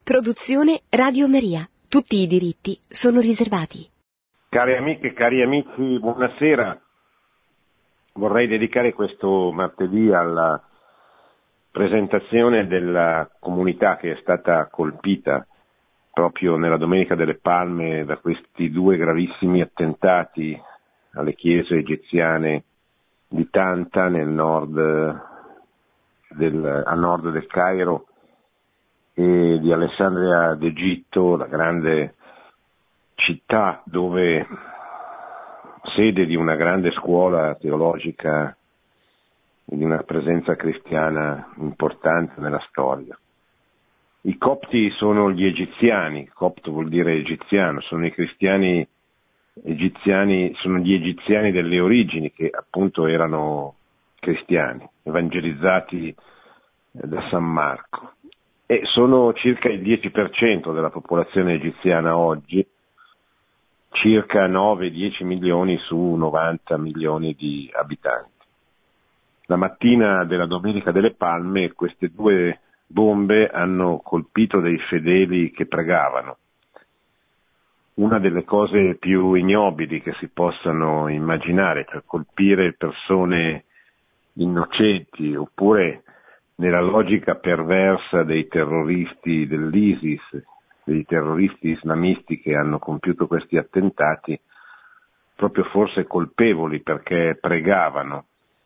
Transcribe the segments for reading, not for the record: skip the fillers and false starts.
Produzione Radio Maria. Tutti i diritti sono riservati. Care amiche, cari amici, buonasera. Vorrei dedicare questo martedì alla presentazione della comunità che è stata colpita proprio nella Domenica delle Palme da questi due gravissimi attentati alle chiese egiziane di Tanta a nord del Cairo e di Alessandria d'Egitto, la grande città dove sede di una grande scuola teologica e di una presenza cristiana importante nella storia. I copti sono gli egiziani, copto vuol dire egiziano, sono i cristiani egiziani, sono gli egiziani delle origini che appunto erano cristiani, evangelizzati da San Marco. E sono circa il 10% della popolazione egiziana oggi, circa 9-10 milioni su 90 milioni di abitanti. La mattina della Domenica delle Palme queste due bombe hanno colpito dei fedeli che pregavano. Una delle cose più ignobili che si possano immaginare, cioè colpire persone innocenti, oppure nella logica perversa dei terroristi dell'ISIS, dei terroristi islamisti che hanno compiuto questi attentati, proprio forse colpevoli perché pregavano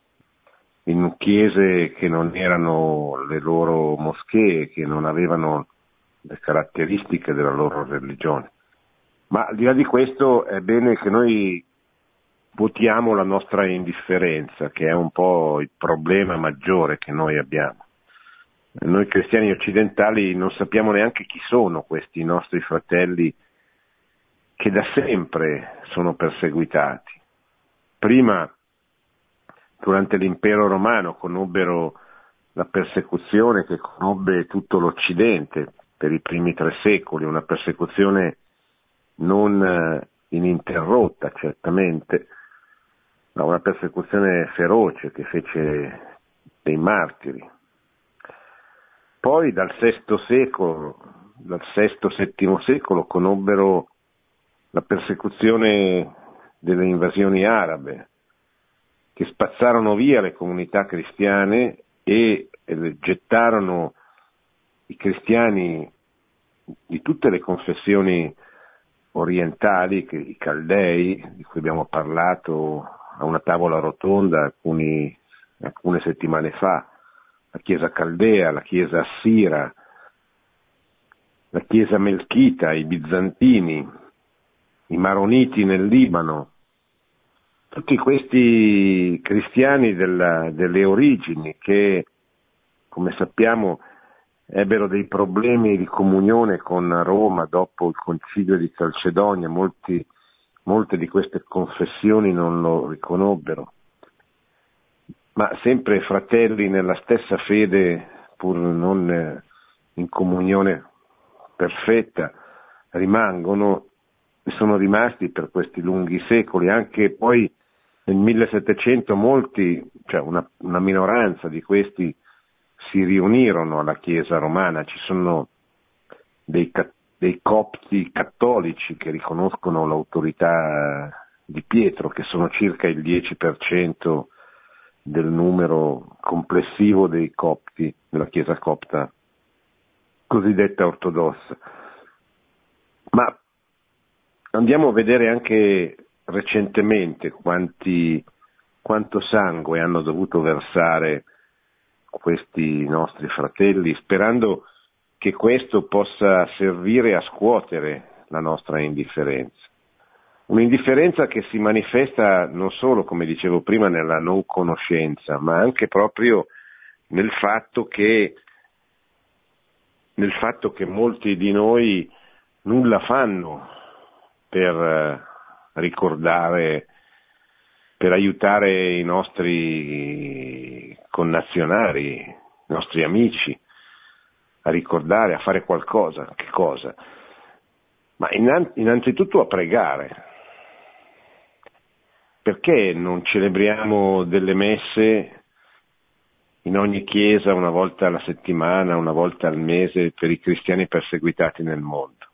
in chiese che non erano le loro moschee, che non avevano le caratteristiche della loro religione. Ma al di là di questo è bene che noi votiamo la nostra indifferenza, che è un po' il problema maggiore che noi abbiamo. Noi cristiani occidentali non sappiamo neanche chi sono questi nostri fratelli che da sempre sono perseguitati. Prima, durante l'impero romano, conobbero la persecuzione che conobbe tutto l'Occidente per i primi 3 secoli, una persecuzione non ininterrotta certamente, ma una persecuzione feroce che fece dei martiri. Poi dal VI-VII secolo conobbero la persecuzione delle invasioni arabe che spazzarono via le comunità cristiane e gettarono i cristiani di tutte le confessioni orientali, i Caldei, di cui abbiamo parlato a una tavola rotonda alcune settimane fa, la Chiesa Caldea, la Chiesa Assira, la Chiesa Melchita, i Bizantini, i Maroniti nel Libano, tutti questi cristiani delle origini che, come sappiamo, ebbero dei problemi di comunione con Roma dopo il concilio di Calcedonia, molte di queste confessioni non lo riconobbero, ma sempre fratelli nella stessa fede, pur non in comunione perfetta, rimangono e sono rimasti per questi lunghi secoli. Anche poi nel 1700 molti, cioè una minoranza di questi si riunirono alla Chiesa romana. Ci sono dei copti cattolici che riconoscono l'autorità di Pietro, che sono circa il 10% del numero complessivo dei copti della Chiesa copta cosiddetta ortodossa. Ma andiamo a vedere anche recentemente quanto sangue hanno dovuto versare questi nostri fratelli, sperando che questo possa servire a scuotere la nostra indifferenza. Un'indifferenza che si manifesta non solo, come dicevo prima, nella non conoscenza, ma anche proprio nel fatto che molti di noi nulla fanno per ricordare, per aiutare i nostri connazionali, i nostri amici, a ricordare, a fare qualcosa. Che cosa? Ma innanzitutto a pregare. Perché non celebriamo delle messe in ogni chiesa una volta alla settimana, una volta al mese per i cristiani perseguitati nel mondo?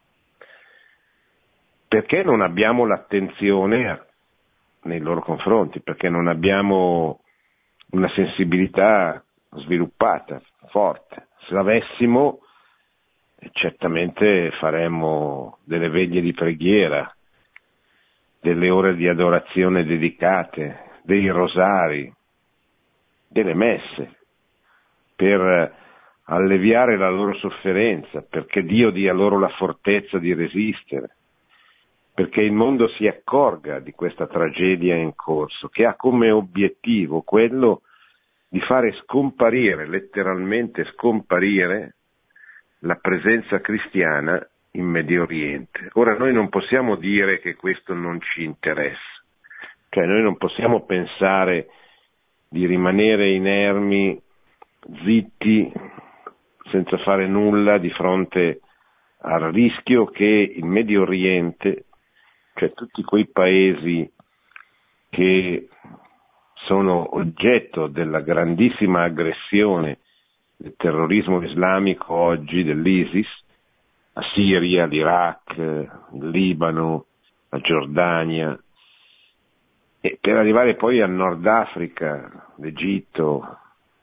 Perché non abbiamo l'attenzione nei loro confronti, perché non abbiamo una sensibilità sviluppata, forte. Se l'avessimo, certamente faremmo delle veglie di preghiera, delle ore di adorazione dedicate, dei rosari, delle messe, per alleviare la loro sofferenza, perché Dio dia loro la fortezza di resistere, perché il mondo si accorga di questa tragedia in corso, che ha come obiettivo quello di fare scomparire, letteralmente scomparire, la presenza cristiana in Medio Oriente. Ora noi non possiamo dire che questo non ci interessa, cioè noi non possiamo pensare di rimanere inermi, zitti, senza fare nulla di fronte al rischio che il Medio Oriente, cioè tutti quei paesi che sono oggetto della grandissima aggressione del terrorismo islamico oggi, dell'ISIS, la Siria, l'Iraq, il Libano, la Giordania, e per arrivare poi al Nord Africa, l'Egitto,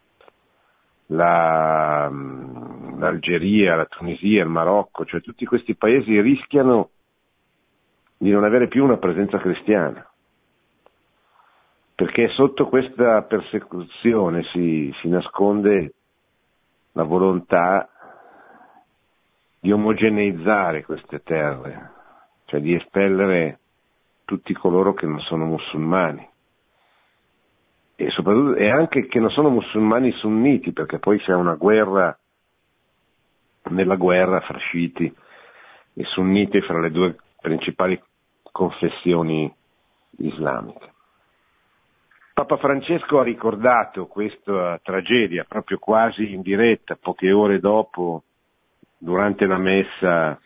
l'Algeria, la Tunisia, il Marocco, cioè tutti questi paesi rischiano di non avere più una presenza cristiana, perché sotto questa persecuzione si nasconde la volontà di omogeneizzare queste terre, cioè di espellere tutti coloro che non sono musulmani, e soprattutto e anche che non sono musulmani sunniti, perché poi c'è una guerra, nella guerra fra sciiti e sunniti, fra le due principali confessioni islamiche. Papa Francesco ha ricordato questa tragedia proprio quasi in diretta, poche ore dopo, durante la messa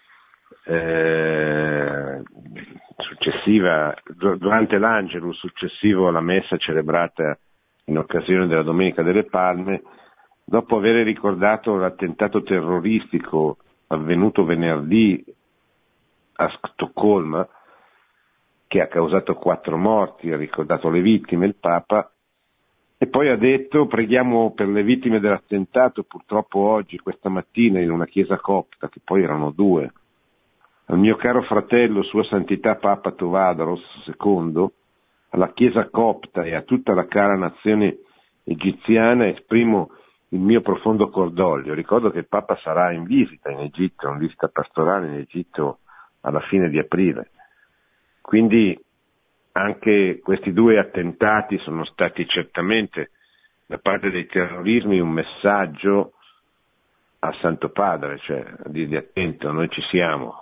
successiva, durante l'Angelus successivo alla messa celebrata in occasione della Domenica delle Palme, dopo aver ricordato l'attentato terroristico avvenuto venerdì a Stoccolma, che ha causato 4 morti, ha ricordato le vittime, il Papa, e poi ha detto: preghiamo per le vittime dell'attentato, purtroppo oggi, questa mattina, in una chiesa copta, che poi erano 2. Al mio caro fratello, Sua Santità Papa Tovados II, alla chiesa copta e a tutta la cara nazione egiziana esprimo il mio profondo cordoglio. Ricordo che il Papa sarà in visita in Egitto, in visita pastorale in Egitto alla fine di aprile. Quindi anche questi 2 attentati sono stati certamente da parte dei terrorismi un messaggio al Santo Padre, cioè di attento, noi ci siamo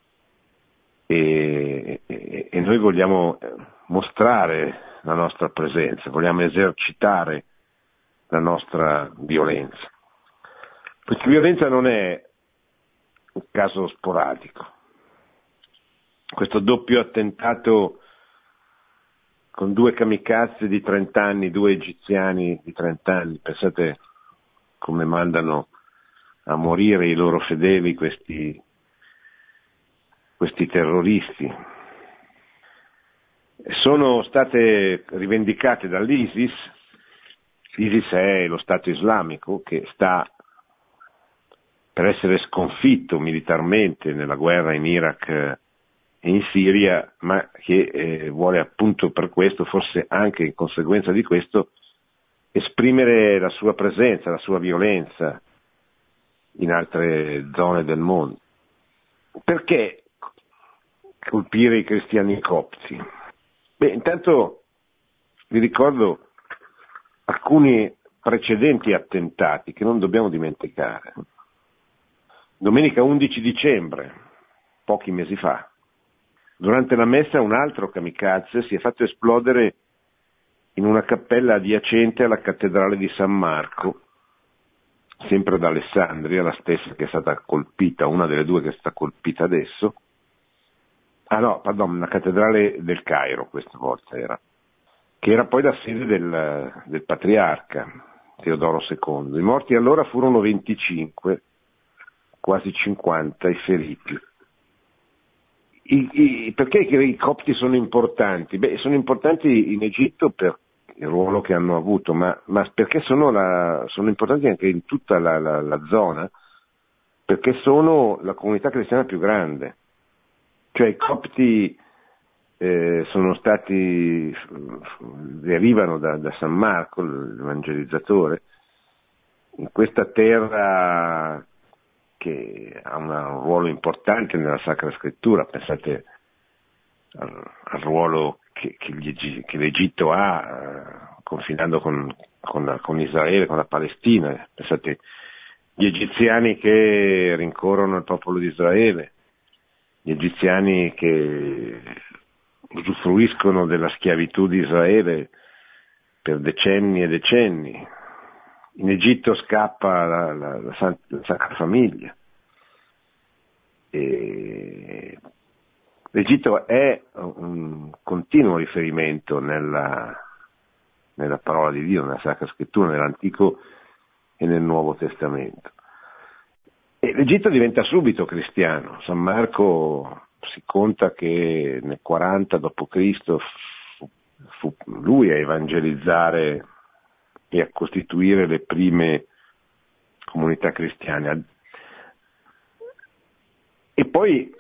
e noi vogliamo mostrare la nostra presenza, vogliamo esercitare la nostra violenza. Questa violenza non è un caso sporadico. Questo doppio attentato con 2 kamikaze di 30 anni, 2 egiziani di 30 anni, pensate come mandano a morire i loro fedeli questi terroristi. Sono state rivendicate dall'ISIS. L'ISIS è lo Stato islamico che sta per essere sconfitto militarmente nella guerra in Iraq e in Siria, ma che vuole appunto per questo, forse anche in conseguenza di questo, esprimere la sua presenza, la sua violenza in altre zone del mondo. Perché colpire i cristiani copti? Beh, intanto vi ricordo alcuni precedenti attentati che non dobbiamo dimenticare. Domenica 11 dicembre, pochi mesi fa, durante la messa un altro kamikaze si è fatto esplodere in una cappella adiacente alla cattedrale di San Marco, sempre ad Alessandria, la stessa che è stata colpita, una delle 2 che è stata colpita adesso. La cattedrale del Cairo questa volta era, che era poi la sede del patriarca, Teodoro II. I morti allora furono 25, quasi 50 i feriti. Perché i copti sono importanti? Beh, sono importanti in Egitto per il ruolo che hanno avuto, ma perché sono importanti anche in tutta la zona, perché sono la comunità cristiana più grande. Cioè i copti derivano da San Marco, l'evangelizzatore, in questa terra che ha un ruolo importante nella Sacra Scrittura. Pensate al ruolo che l'Egitto ha confinando con Israele, con la Palestina. Pensate gli egiziani che rincorrono il popolo di Israele, gli egiziani che usufruiscono della schiavitù di Israele per decenni e decenni. In Egitto scappa la Sacra Famiglia. E l'Egitto è un continuo riferimento nella parola di Dio, nella Sacra Scrittura, nell'Antico e nel Nuovo Testamento. E l'Egitto diventa subito cristiano. San Marco si conta che nel 40 d.C. fu lui a evangelizzare e a costituire le prime comunità cristiane. E poi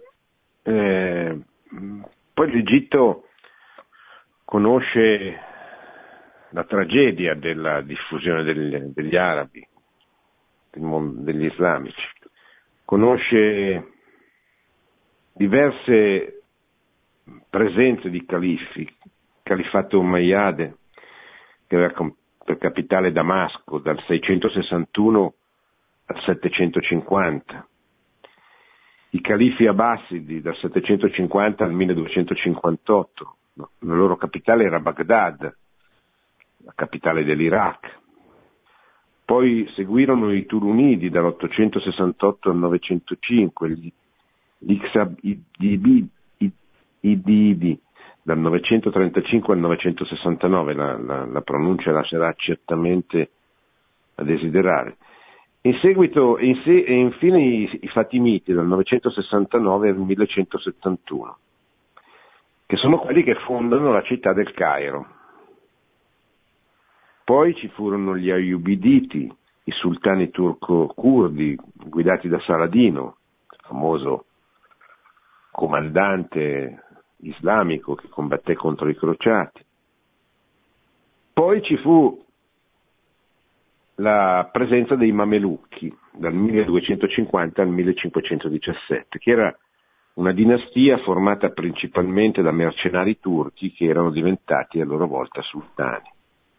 l'Egitto conosce la tragedia della diffusione degli arabi, degli islamici, conosce diverse presenze di califfi, califfato Umayyade, che aveva per capitale Damasco dal 661 al 750, i califfi Abbasidi dal 750 al 1258, la loro capitale era Baghdad, la capitale dell'Iraq. Poi seguirono i Turunidi dall'868 al 905, gli Xabidi dal 935 al 969, la pronuncia lascerà certamente a desiderare. In seguito, e infine i Fatimiti dal 969 al 1171, che sono quelli che fondano la città del Cairo. Poi ci furono gli Ayyubiditi, i sultani turco-curdi guidati da Saladino, famoso comandante islamico che combatté contro i crociati. Poi ci fu la presenza dei Mamelucchi dal 1250 al 1517, che era una dinastia formata principalmente da mercenari turchi che erano diventati a loro volta sultani.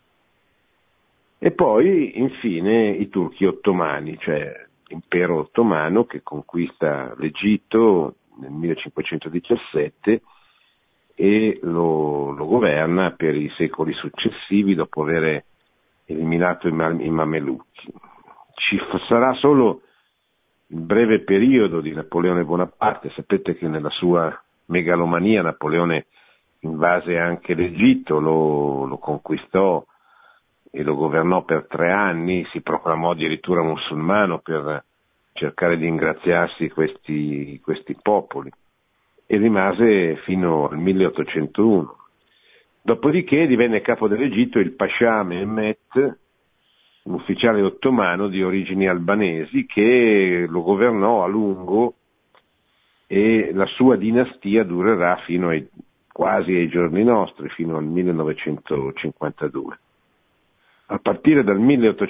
E poi infine i turchi ottomani, cioè l'impero ottomano che conquista l'Egitto nel 1517 e lo governa per i secoli successivi dopo aver eliminato i Mamelucchi. Ci sarà solo il breve periodo di Napoleone Bonaparte. Sapete che nella sua megalomania Napoleone invase anche l'Egitto, lo conquistò e lo governò per 3 anni, si proclamò addirittura musulmano per cercare di ingraziarsi questi popoli e rimase fino al 1801. Dopodiché divenne capo dell'Egitto il Pascià Mehmet, un ufficiale ottomano di origini albanesi che lo governò a lungo e la sua dinastia durerà fino quasi ai giorni nostri, fino al 1952. A partire dal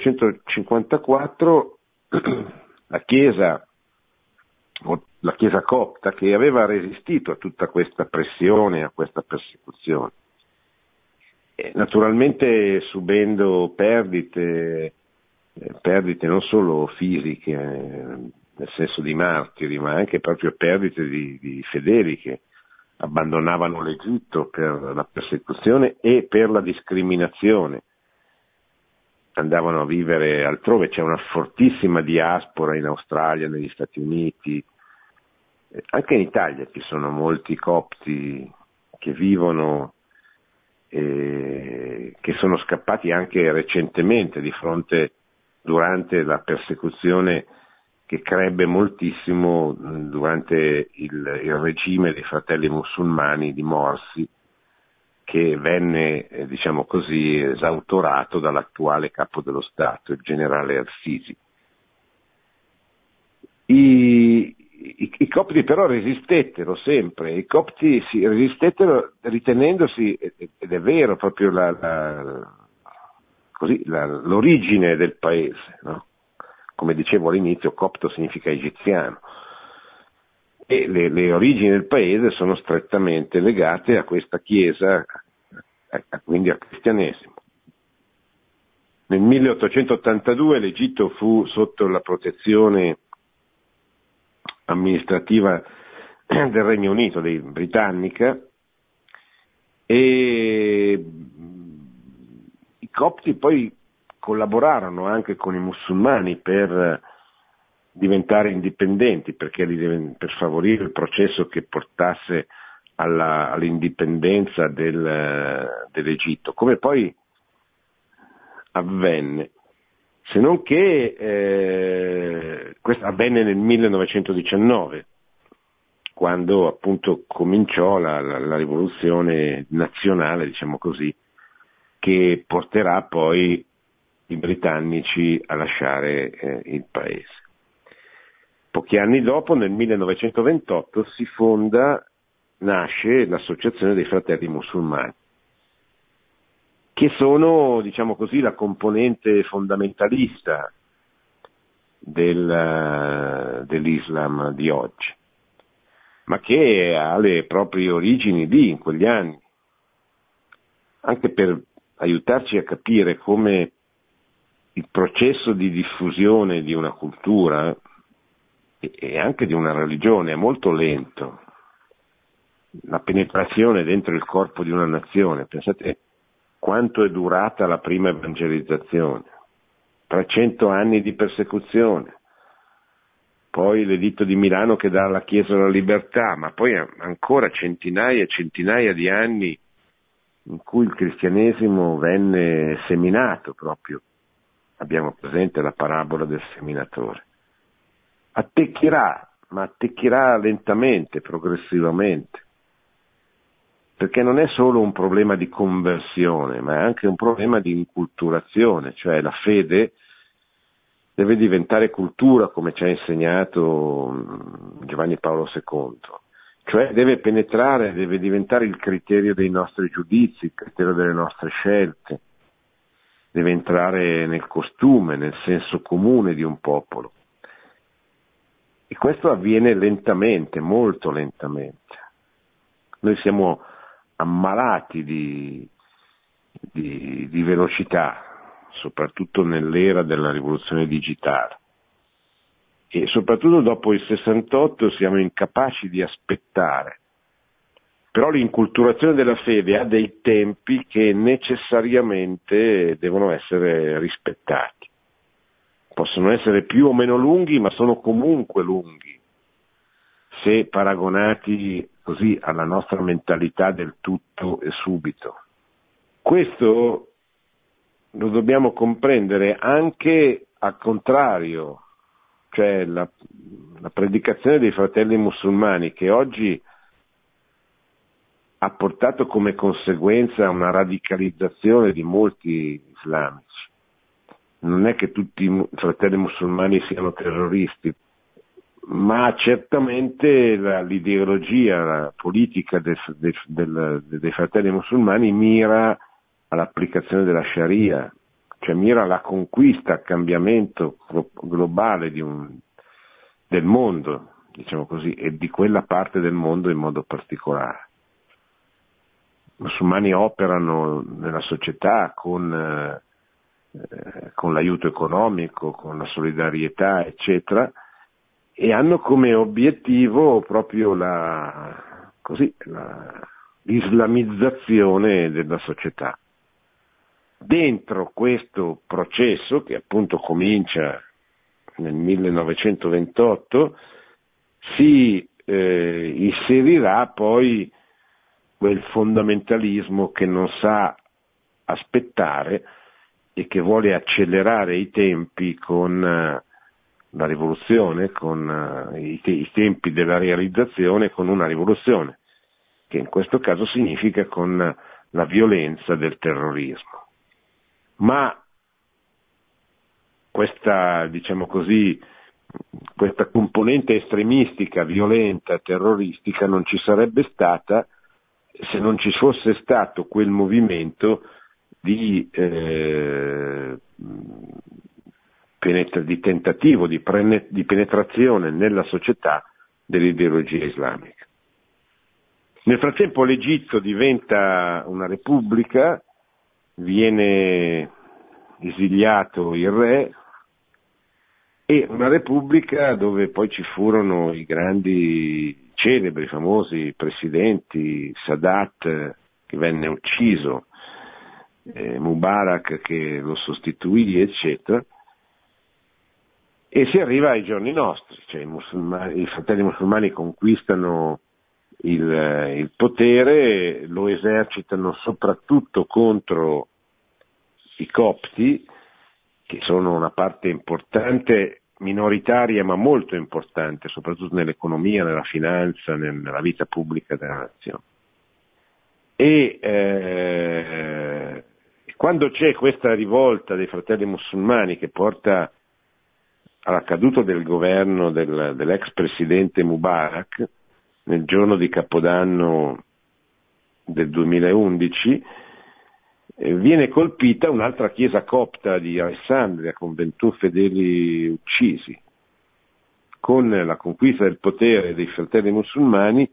1854 la Chiesa copta, che aveva resistito a tutta questa pressione, a questa persecuzione, naturalmente subendo perdite non solo fisiche, nel senso di martiri, ma anche proprio perdite di fedeli che abbandonavano l'Egitto per la persecuzione e per la discriminazione, andavano a vivere altrove. C'è una fortissima diaspora in Australia, negli Stati Uniti, anche in Italia ci sono molti copti che vivono che sono scappati anche recentemente durante la persecuzione che crebbe moltissimo durante il regime dei fratelli musulmani di Morsi, che venne, diciamo così, esautorato dall'attuale capo dello Stato, il generale al-Sisi. I copti però resistettero sempre, i copti resistettero ritenendosi, ed è vero, proprio l'origine del paese, no? Come dicevo all'inizio, copto significa egiziano, e le origini del paese sono strettamente legate a questa chiesa, quindi al cristianesimo. Nel 1882 l'Egitto fu sotto la protezione amministrativa del Regno Unito, dei britannica, e i copti poi collaborarono anche con i musulmani per diventare indipendenti, per favorire il processo che portasse all'indipendenza dell'Egitto, come poi avvenne. Se non che questo avvenne nel 1919, quando appunto cominciò la rivoluzione nazionale, diciamo così, che porterà poi i britannici a lasciare il paese. Pochi anni dopo, nel 1928, nasce l'Associazione dei Fratelli Musulmani, che sono, diciamo così, la componente fondamentalista dell'Islam di oggi, ma che ha le proprie origini lì, in quegli anni, anche per aiutarci a capire come il processo di diffusione di una cultura e anche di una religione è molto lento. La penetrazione dentro il corpo di una nazione, pensate quanto è durata la prima evangelizzazione, 300 anni di persecuzione, poi l'editto di Milano che dà alla Chiesa la libertà, ma poi ancora centinaia e centinaia di anni in cui il cristianesimo venne seminato proprio. Abbiamo presente la parabola del seminatore. Attecchirà, ma attecchirà lentamente, progressivamente, perché non è solo un problema di conversione, ma è anche un problema di inculturazione, cioè la fede deve diventare cultura, come ci ha insegnato Giovanni Paolo II, cioè deve penetrare, deve diventare il criterio dei nostri giudizi, il criterio delle nostre scelte, deve entrare nel costume, nel senso comune di un popolo. E questo avviene lentamente, molto lentamente. Noi siamo ammalati di velocità, soprattutto nell'era della rivoluzione digitale, e soprattutto dopo il 68 siamo incapaci di aspettare. Però l'inculturazione della fede ha dei tempi che necessariamente devono essere rispettati. Possono essere più o meno lunghi, ma sono comunque lunghi, se paragonati così alla nostra mentalità del tutto e subito. Questo lo dobbiamo comprendere anche al contrario, cioè la predicazione dei fratelli musulmani, che oggi ha portato come conseguenza una radicalizzazione di molti islamici. Non è che tutti i fratelli musulmani siano terroristi, ma certamente l'ideologia, la politica dei fratelli musulmani mira all'applicazione della Sharia, cioè mira alla conquista, al cambiamento globale del mondo, diciamo così, e di quella parte del mondo in modo particolare. I musulmani operano nella società con l'aiuto economico, con la solidarietà, eccetera, e hanno come obiettivo proprio l'islamizzazione della società. Dentro questo processo, che appunto comincia nel 1928, si inserirà poi quel fondamentalismo che non sa aspettare e che vuole accelerare i tempi con la rivoluzione, con i tempi della realizzazione, con una rivoluzione, che in questo caso significa con la violenza del terrorismo. Ma questa, diciamo così, questa componente estremistica, violenta, terroristica non ci sarebbe stata se non ci fosse stato quel movimento di tentativo di penetrazione nella società dell'ideologia islamica. Nel frattempo l'Egitto diventa una repubblica, viene esiliato il re, e una repubblica dove poi ci furono i grandi, celebri, famosi presidenti, Sadat che venne ucciso, Mubarak che lo sostituì, eccetera, e si arriva ai giorni nostri, cioè i fratelli musulmani conquistano il potere, lo esercitano soprattutto contro i copti, che sono una parte importante, minoritaria ma molto importante, soprattutto nell'economia, nella finanza, nella vita pubblica della nazione. E quando c'è questa rivolta dei fratelli musulmani che porta alla caduta del governo dell'ex presidente Mubarak, nel giorno di Capodanno del 2011, viene colpita un'altra chiesa copta di Alessandria con 21 fedeli uccisi. Con la conquista del potere dei fratelli musulmani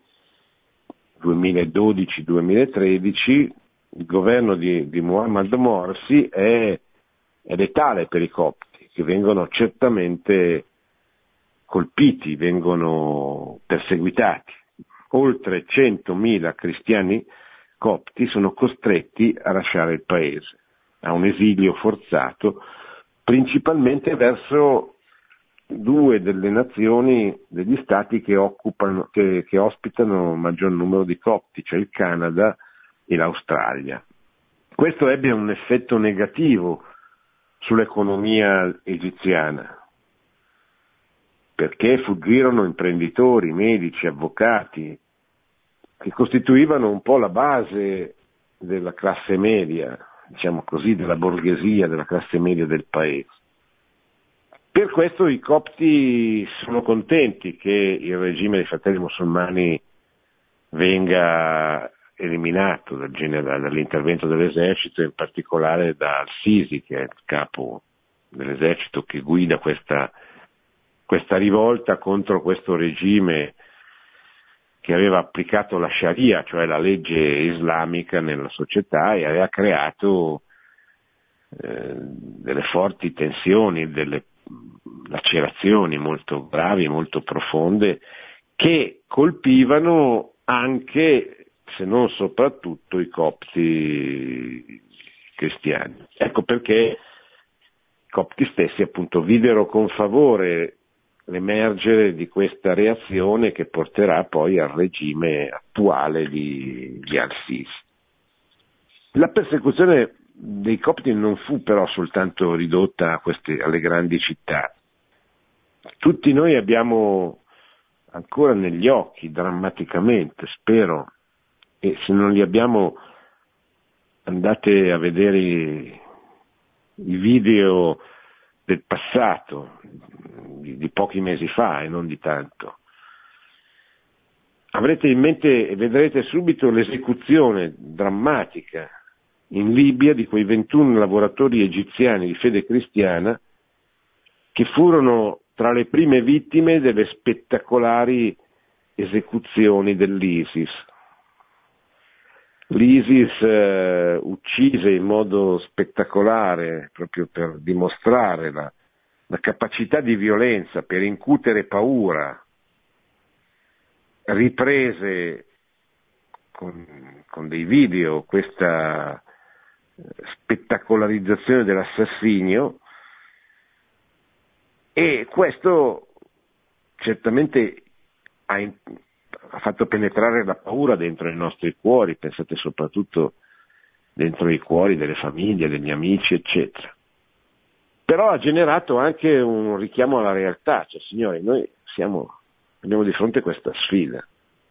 2012-2013, il governo di Mohammad Morsi è letale per i copti, che vengono certamente colpiti, vengono perseguitati. Oltre 100.000 cristiani copti sono costretti a lasciare il paese, a un esilio forzato, principalmente verso due delle nazioni, degli stati che ospitano il maggior numero di copti, cioè il Canada e l'Australia. Questo ebbe un effetto negativo sull'economia egiziana, perché fuggirono imprenditori, medici, avvocati, che costituivano un po' la base della classe media, diciamo così, della borghesia, della classe media del paese. Per questo i copti sono contenti che il regime dei fratelli musulmani venga eliminato dall'intervento dell'esercito, in particolare da Al-Sisi, che è il capo dell'esercito che guida questa rivolta contro questo regime che aveva applicato la Sharia, cioè la legge islamica nella società, e aveva creato delle forti tensioni, delle lacerazioni molto gravi, molto profonde, che colpivano anche, se non soprattutto, i copti cristiani. Ecco perché i copti stessi appunto videro con favore l'emergere di questa reazione che porterà poi al regime attuale di Al-Sisi. La persecuzione dei copti non fu però soltanto ridotta alle grandi città. Tutti noi abbiamo ancora negli occhi, drammaticamente, spero, e se non li abbiamo, andate a vedere i video del passato, di pochi mesi fa e non di tanto. Avrete in mente e vedrete subito l'esecuzione drammatica in Libia di quei 21 lavoratori egiziani di fede cristiana che furono tra le prime vittime delle spettacolari esecuzioni dell'ISIS. L'ISIS uccise in modo spettacolare, proprio per dimostrare la capacità di violenza, per incutere paura, riprese con dei video questa spettacolarizzazione dell'assassinio, e questo certamente ha ha fatto penetrare la paura dentro i nostri cuori, pensate soprattutto dentro i cuori delle famiglie, degli amici, eccetera. Però ha generato anche un richiamo alla realtà, cioè signori, noi abbiamo di fronte questa sfida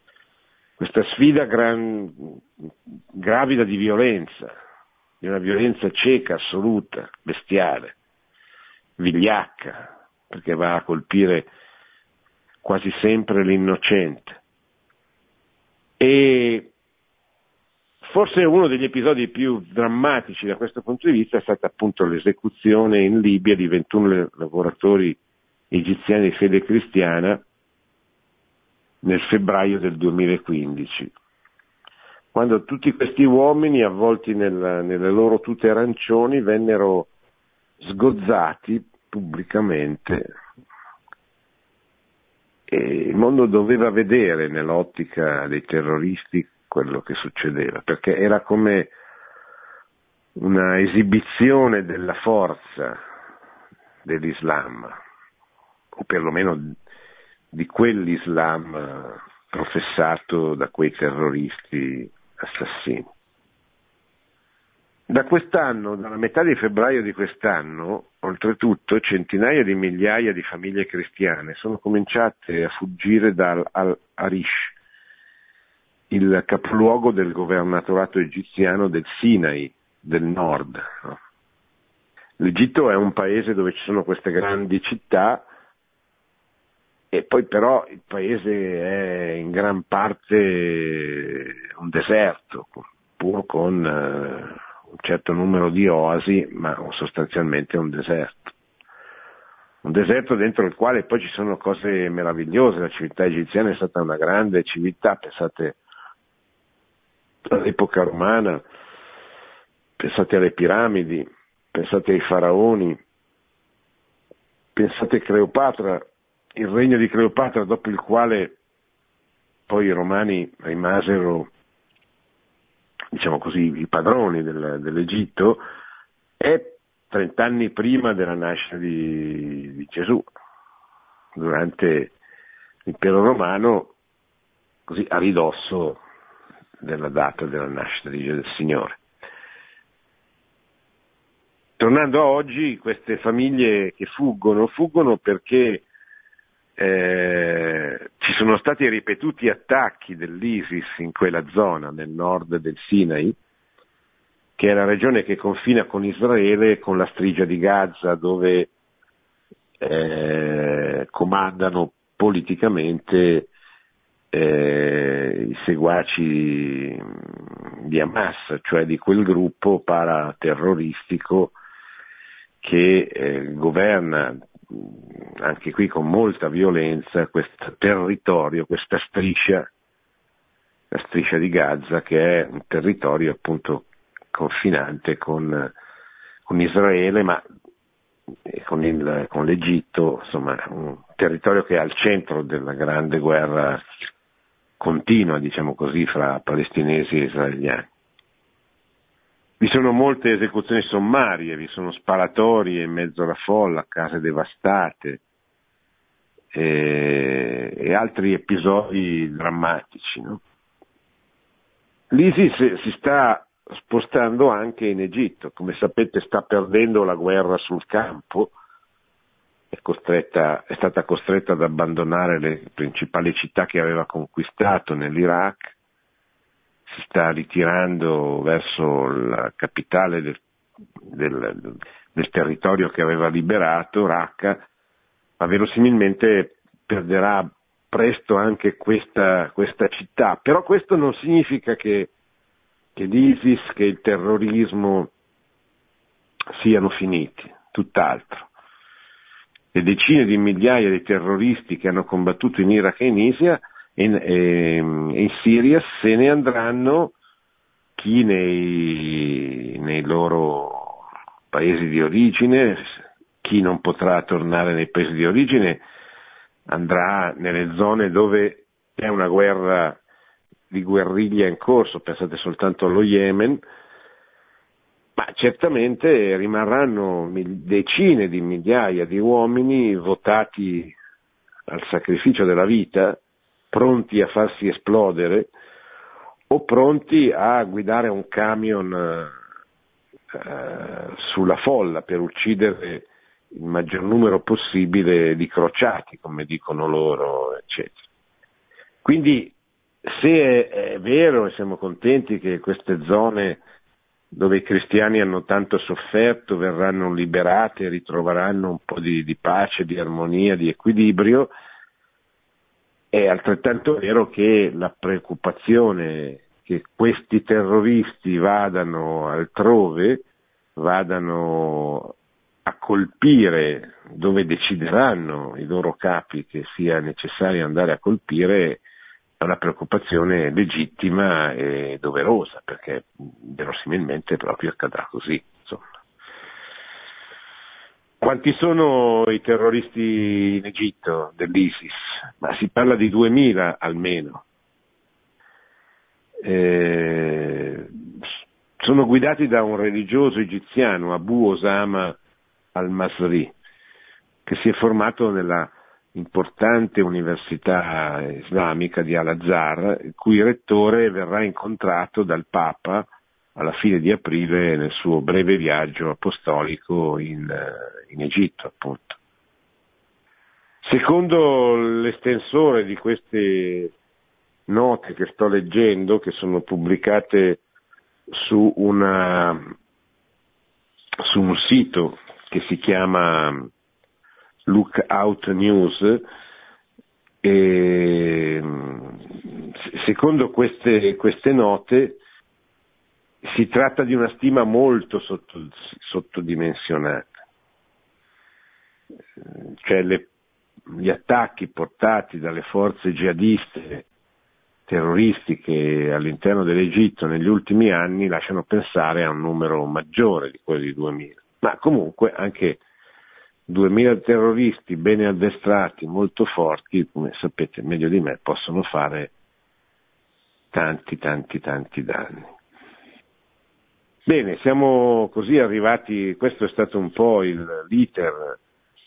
gravida di violenza, di una violenza cieca, assoluta, bestiale, vigliacca, perché va a colpire quasi sempre l'innocente. E forse uno degli episodi più drammatici da questo punto di vista è stata appunto l'esecuzione in Libia di 21 lavoratori egiziani di fede cristiana nel febbraio del 2015, quando tutti questi uomini avvolti nelle loro tute arancioni vennero sgozzati pubblicamente. E il mondo doveva vedere nell'ottica dei terroristi quello che succedeva, perché era come una esibizione della forza dell'Islam, o perlomeno di quell'Islam professato da quei terroristi assassini. Da quest'anno, dalla metà di febbraio di quest'anno, oltretutto, centinaia di migliaia di famiglie cristiane sono cominciate a fuggire dal Al-Arish, il capoluogo del governatorato egiziano del Sinai, del nord. L'Egitto è un paese dove ci sono queste grandi città, e poi però il paese è in gran parte un deserto, pur con un certo numero di oasi, ma sostanzialmente un deserto. Un deserto dentro il quale poi ci sono cose meravigliose. La civiltà egiziana è stata una grande civiltà, pensate all'epoca romana, pensate alle piramidi, pensate ai faraoni, pensate a Cleopatra, il regno di Cleopatra, dopo il quale poi i romani rimasero, diciamo così, i padroni dell'Egitto, è 30 anni prima della nascita di Gesù, durante l'impero romano, così a ridosso della data della nascita del Signore. Tornando a oggi, queste famiglie che fuggono perché ci sono stati ripetuti attacchi dell'ISIS in quella zona, nel nord del Sinai, che è la regione che confina con Israele e con la striscia di Gaza, dove comandano politicamente i seguaci di Hamas, cioè di quel gruppo paraterroristico che governa anche qui con molta violenza questo territorio, questa striscia, la striscia di Gaza, che è un territorio appunto confinante con Israele, ma con l'Egitto, insomma un territorio che è al centro della grande guerra continua, diciamo così, fra palestinesi e israeliani. Vi sono molte esecuzioni sommarie, vi sono sparatorie in mezzo alla folla, case devastate e altri episodi drammatici, no? L'ISIS si sta spostando anche in Egitto, come sapete sta perdendo la guerra sul campo, è stata costretta ad abbandonare le principali città che aveva conquistato nell'Iraq, si sta ritirando verso la capitale del territorio che aveva liberato, Raqqa, ma verosimilmente perderà presto anche questa città. Però questo non significa che l'ISIS, che il terrorismo siano finiti, tutt'altro. Le decine di migliaia di terroristi che hanno combattuto in Iraq e in Siria se ne andranno, chi nei loro paesi di origine, chi non potrà tornare nei paesi di origine andrà nelle zone dove è una guerra di guerriglia in corso, pensate soltanto allo Yemen, ma certamente rimarranno decine di migliaia di uomini votati al sacrificio della vita pronti a farsi esplodere o pronti a guidare un camion sulla folla per uccidere il maggior numero possibile di crociati, come dicono loro, eccetera. Quindi, se è vero e siamo contenti che queste zone dove i cristiani hanno tanto sofferto verranno liberate e ritroveranno un po' di pace, di armonia, di equilibrio, è altrettanto vero che la preoccupazione che questi terroristi vadano altrove, vadano a colpire dove decideranno i loro capi che sia necessario andare a colpire, è una preoccupazione legittima e doverosa, perché verosimilmente proprio accadrà così. Insomma. Quanti sono i terroristi in Egitto dell'ISIS? Ma si parla di 2000 almeno. Sono guidati da un religioso egiziano, Abu Osama al-Masri, che si è formato nella importante università islamica di Al-Azhar, il cui rettore verrà incontrato dal Papa alla fine di aprile nel suo breve viaggio apostolico in Egitto, appunto. Secondo l'estensore di queste note che sto leggendo, che sono pubblicate su un sito che si chiama Lookout News, e secondo queste note si tratta di una stima molto sottodimensionata, cioè gli attacchi portati dalle forze jihadiste terroristiche all'interno dell'Egitto negli ultimi anni lasciano pensare a un numero maggiore di quelli di 2000, ma comunque anche 2000 terroristi bene addestrati, molto forti, come sapete meglio di me, possono fare tanti danni. Bene, siamo così arrivati, questo è stato un po' l'iter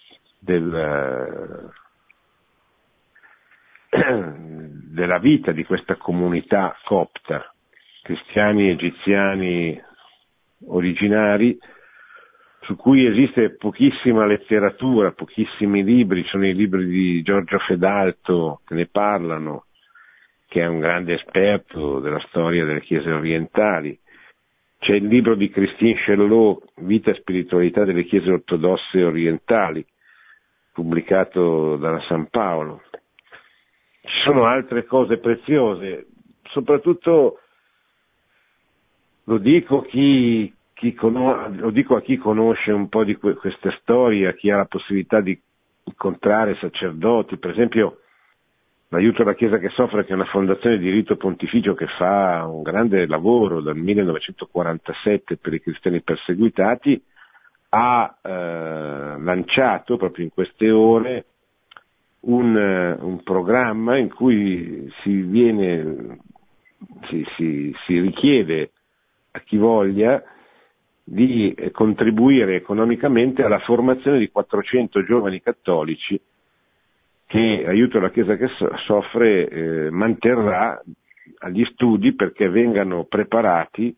della vita di questa comunità copta, cristiani egiziani originari, su cui esiste pochissima letteratura, pochissimi libri. Sono i libri di Giorgio Fedalto che ne parlano, che è un grande esperto della storia delle chiese orientali. C'è il libro di Christine Chellot, Vita e spiritualità delle chiese ortodosse orientali, pubblicato dalla San Paolo. Ci sono altre cose preziose, soprattutto lo dico a chi conosce un po' di questa storia, chi ha la possibilità di incontrare sacerdoti, per esempio l'Aiuto alla Chiesa che soffre, che è una fondazione di rito pontificio che fa un grande lavoro dal 1947 per i cristiani perseguitati, ha lanciato proprio in queste ore un programma in cui si richiede a chi voglia di contribuire economicamente alla formazione di 400 giovani cattolici che Aiuto alla Chiesa che soffre manterrà agli studi perché vengano preparati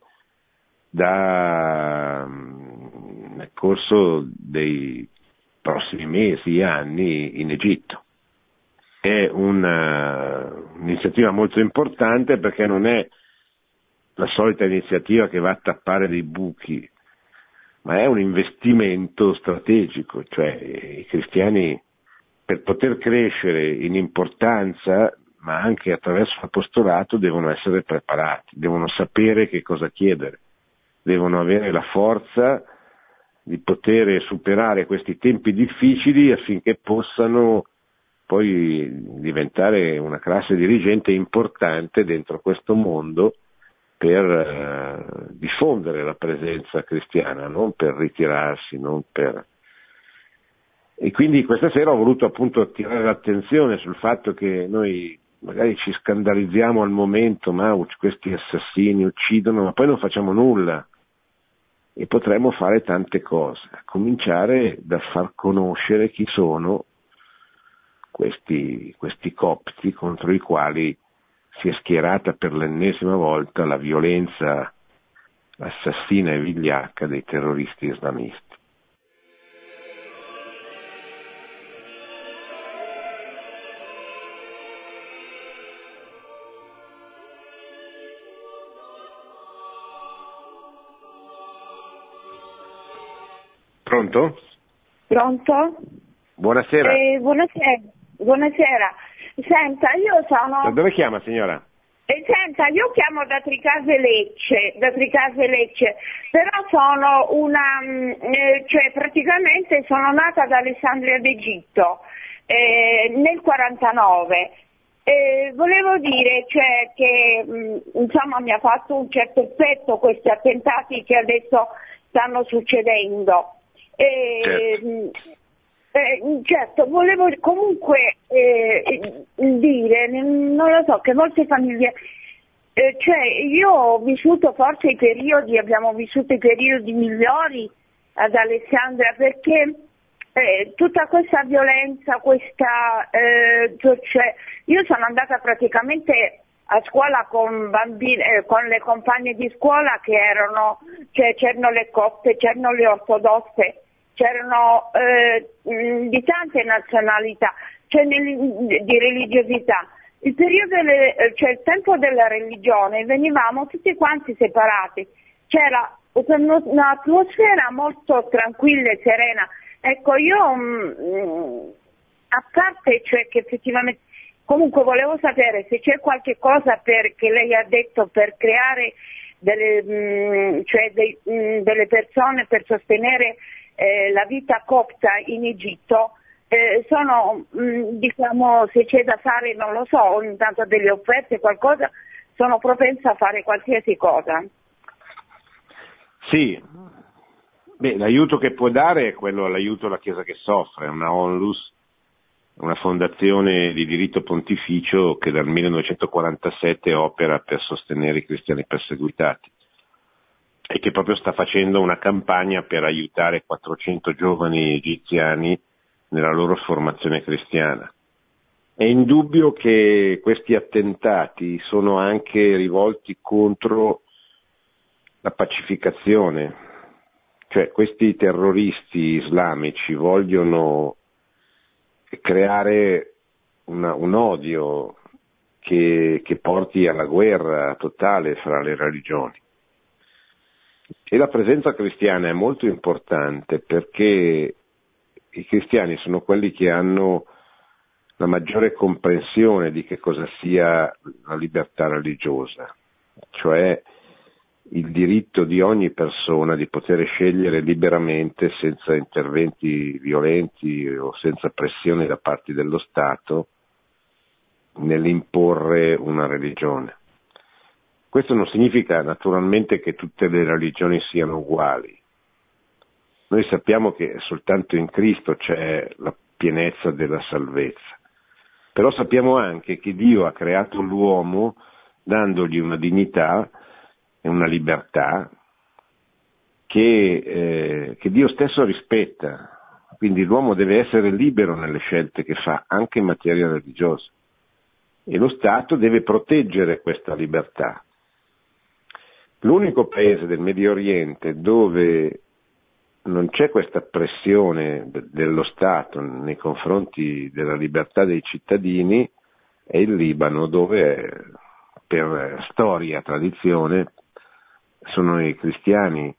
nel corso dei prossimi mesi e anni in Egitto. È un'iniziativa molto importante perché non è la solita iniziativa che va a tappare dei buchi, ma è un investimento strategico, cioè i cristiani per poter crescere in importanza, ma anche attraverso l'apostolato, devono essere preparati, devono sapere che cosa chiedere, devono avere la forza di poter superare questi tempi difficili affinché possano poi diventare una classe dirigente importante dentro questo mondo per diffondere la presenza cristiana, non per ritirarsi, E quindi questa sera ho voluto appunto attirare l'attenzione sul fatto che noi magari ci scandalizziamo al momento, ma questi assassini uccidono, ma poi non facciamo nulla. E potremmo fare tante cose, a cominciare da far conoscere chi sono questi copti contro i quali si è schierata per l'ennesima volta la violenza assassina e vigliacca dei terroristi islamisti. Pronto? Pronto? Buonasera. Buonasera. Senta, io sono... Da dove chiama, signora? Senta, io chiamo da Tricase Lecce, però sono praticamente sono nata ad Alessandria d'Egitto nel 49. Volevo dire che insomma mi ha fatto un certo effetto questi attentati che adesso stanno succedendo. Certo, volevo comunque dire, non lo so, che molte famiglie, io ho vissuto forse abbiamo vissuto i periodi migliori ad Alessandria, perché tutta questa violenza, io sono andata praticamente a scuola con bambine, con le compagne di scuola che c'erano le copte, c'erano le ortodosse, c'erano di tante nazionalità, di religiosità. Il tempo della religione venivamo tutti quanti separati, c'era un'atmosfera molto tranquilla e serena. Ecco, io a parte che effettivamente, comunque volevo sapere se c'è qualche cosa che lei ha detto per creare delle persone per sostenere la vita copta in Egitto. Diciamo, se c'è da fare, non lo so, ogni tanto delle offerte, qualcosa, sono propensa a fare qualsiasi cosa. Sì, l'aiuto che può dare è l'aiuto alla Chiesa che soffre, una Onlus, una fondazione di diritto pontificio che dal 1947 opera per sostenere i cristiani perseguitati e che proprio sta facendo una campagna per aiutare 400 giovani egiziani nella loro formazione cristiana. È indubbio che questi attentati sono anche rivolti contro la pacificazione, cioè questi terroristi islamici vogliono creare un odio che porti alla guerra totale fra le religioni. E la presenza cristiana è molto importante perché i cristiani sono quelli che hanno la maggiore comprensione di che cosa sia la libertà religiosa, cioè il diritto di ogni persona di poter scegliere liberamente senza interventi violenti o senza pressioni da parte dello Stato nell'imporre una religione. Questo non significa naturalmente che tutte le religioni siano uguali. Noi sappiamo che soltanto in Cristo c'è la pienezza della salvezza, però sappiamo anche che Dio ha creato l'uomo dandogli una dignità e una libertà che Dio stesso rispetta. Quindi l'uomo deve essere libero nelle scelte che fa, anche in materia religiosa, e lo Stato deve proteggere questa libertà. L'unico paese del Medio Oriente dove non c'è questa pressione dello Stato nei confronti della libertà dei cittadini è il Libano, dove per storia, tradizione, sono i cristiani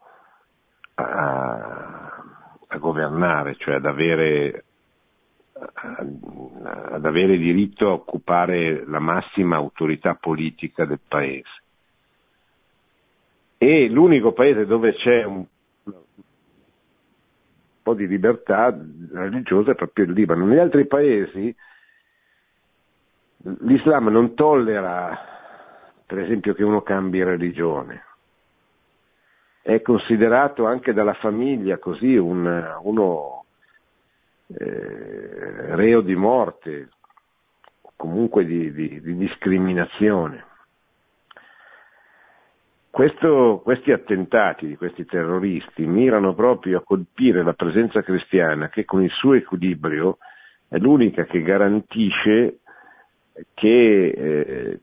a governare, cioè ad avere diritto a occupare la massima autorità politica del paese. E l'unico paese dove c'è un po' di libertà religiosa è proprio il Libano. Negli altri paesi l'Islam non tollera, per esempio, che uno cambi religione. È considerato anche dalla famiglia così uno reo di morte, o comunque di discriminazione. Questi attentati di questi terroristi mirano proprio a colpire la presenza cristiana che con il suo equilibrio è l'unica che garantisce che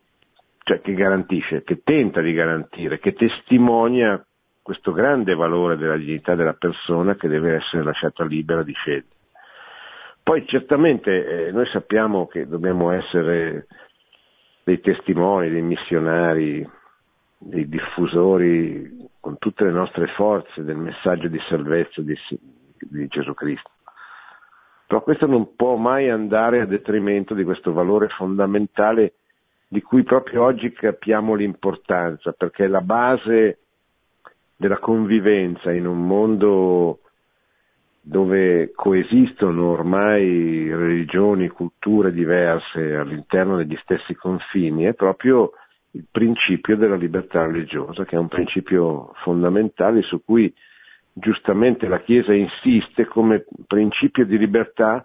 tenta di garantire, che testimonia questo grande valore della dignità della persona che deve essere lasciata libera di scegliere. Poi certamente noi sappiamo che dobbiamo essere dei testimoni, dei missionari, dei diffusori con tutte le nostre forze del messaggio di salvezza di Gesù Cristo. Però questo non può mai andare a detrimento di questo valore fondamentale di cui proprio oggi capiamo l'importanza, perché è la base della convivenza in un mondo dove coesistono ormai religioni, culture diverse all'interno degli stessi confini, è proprio il principio della libertà religiosa, che è un principio fondamentale su cui giustamente la Chiesa insiste come principio di libertà,